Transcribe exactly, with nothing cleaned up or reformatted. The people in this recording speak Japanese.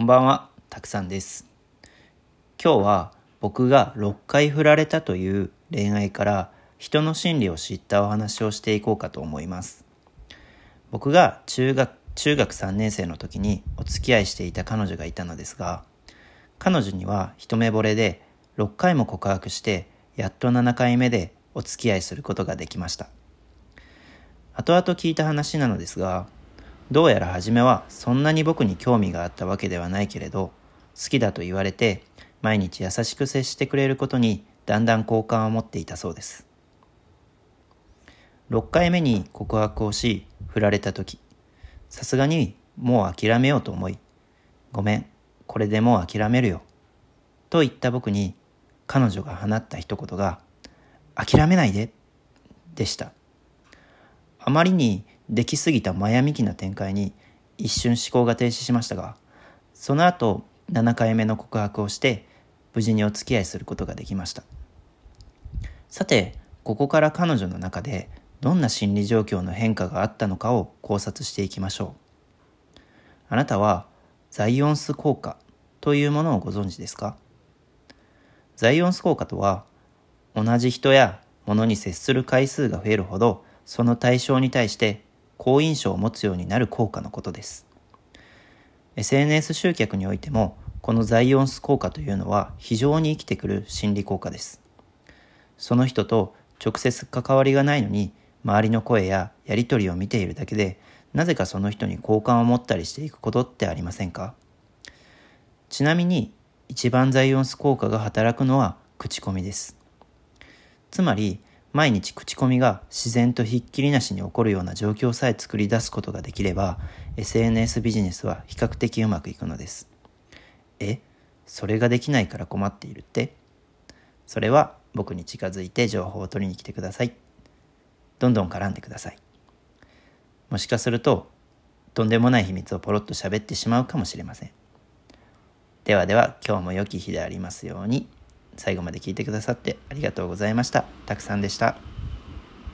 ばんは、たくさんです。今日は僕がろっかい振られたという恋愛から人の心理を知ったお話をしていこうかと思います。僕が中学、中学さんねん生の時にお付き合いしていた彼女がいたのですが、彼女には一目惚れでろっかいも告白してやっとななかいめでお付き合いすることができました。後々聞いた話なのですが、どうやら初めはそんなに僕に興味があったわけではないけれど、好きだと言われて毎日優しく接してくれることにだんだん好感を持っていたそうです。ろっかいめに告白をし振られた時、さすがにもう諦めようと思い、ごめん、これでもう諦めるよと言った僕に彼女が放った一言が、諦めないででした。あまりにできすぎたマヤミキな展開に一瞬思考が停止しましたが、その後ななかいめの告白をして無事にお付き合いすることができました。さて、ここから彼女の中でどんな心理状況の変化があったのかを考察していきましょう。あなたはザイオンス効果というものをご存知ですか？ザイオンス効果とは、同じ人や物に接する回数が増えるほどその対象に対して好印象を持つようになる効果のことです。 エスエヌエス 集客においてもこのザイオンス効果というのは非常に生きてくる心理効果です。その人と直接関わりがないのに周りの声ややり取りを見ているだけでなぜかその人に好感を持ったりしていくことってありませんか？ちなみに一番ザイオンス効果が働くのは口コミです。つまり毎日口コミが自然とひっきりなしに起こるような状況さえ作り出すことができれば エスエヌエス ビジネスは比較的うまくいくのです。え、それができないから困っているって？それは僕に近づいて情報を取りに来てください。どんどん絡んでください。もしかするととんでもない秘密をポロッと喋ってしまうかもしれません。ではでは、今日も良き日でありますように。最後まで聞いてくださってありがとうございました。たくさんでした。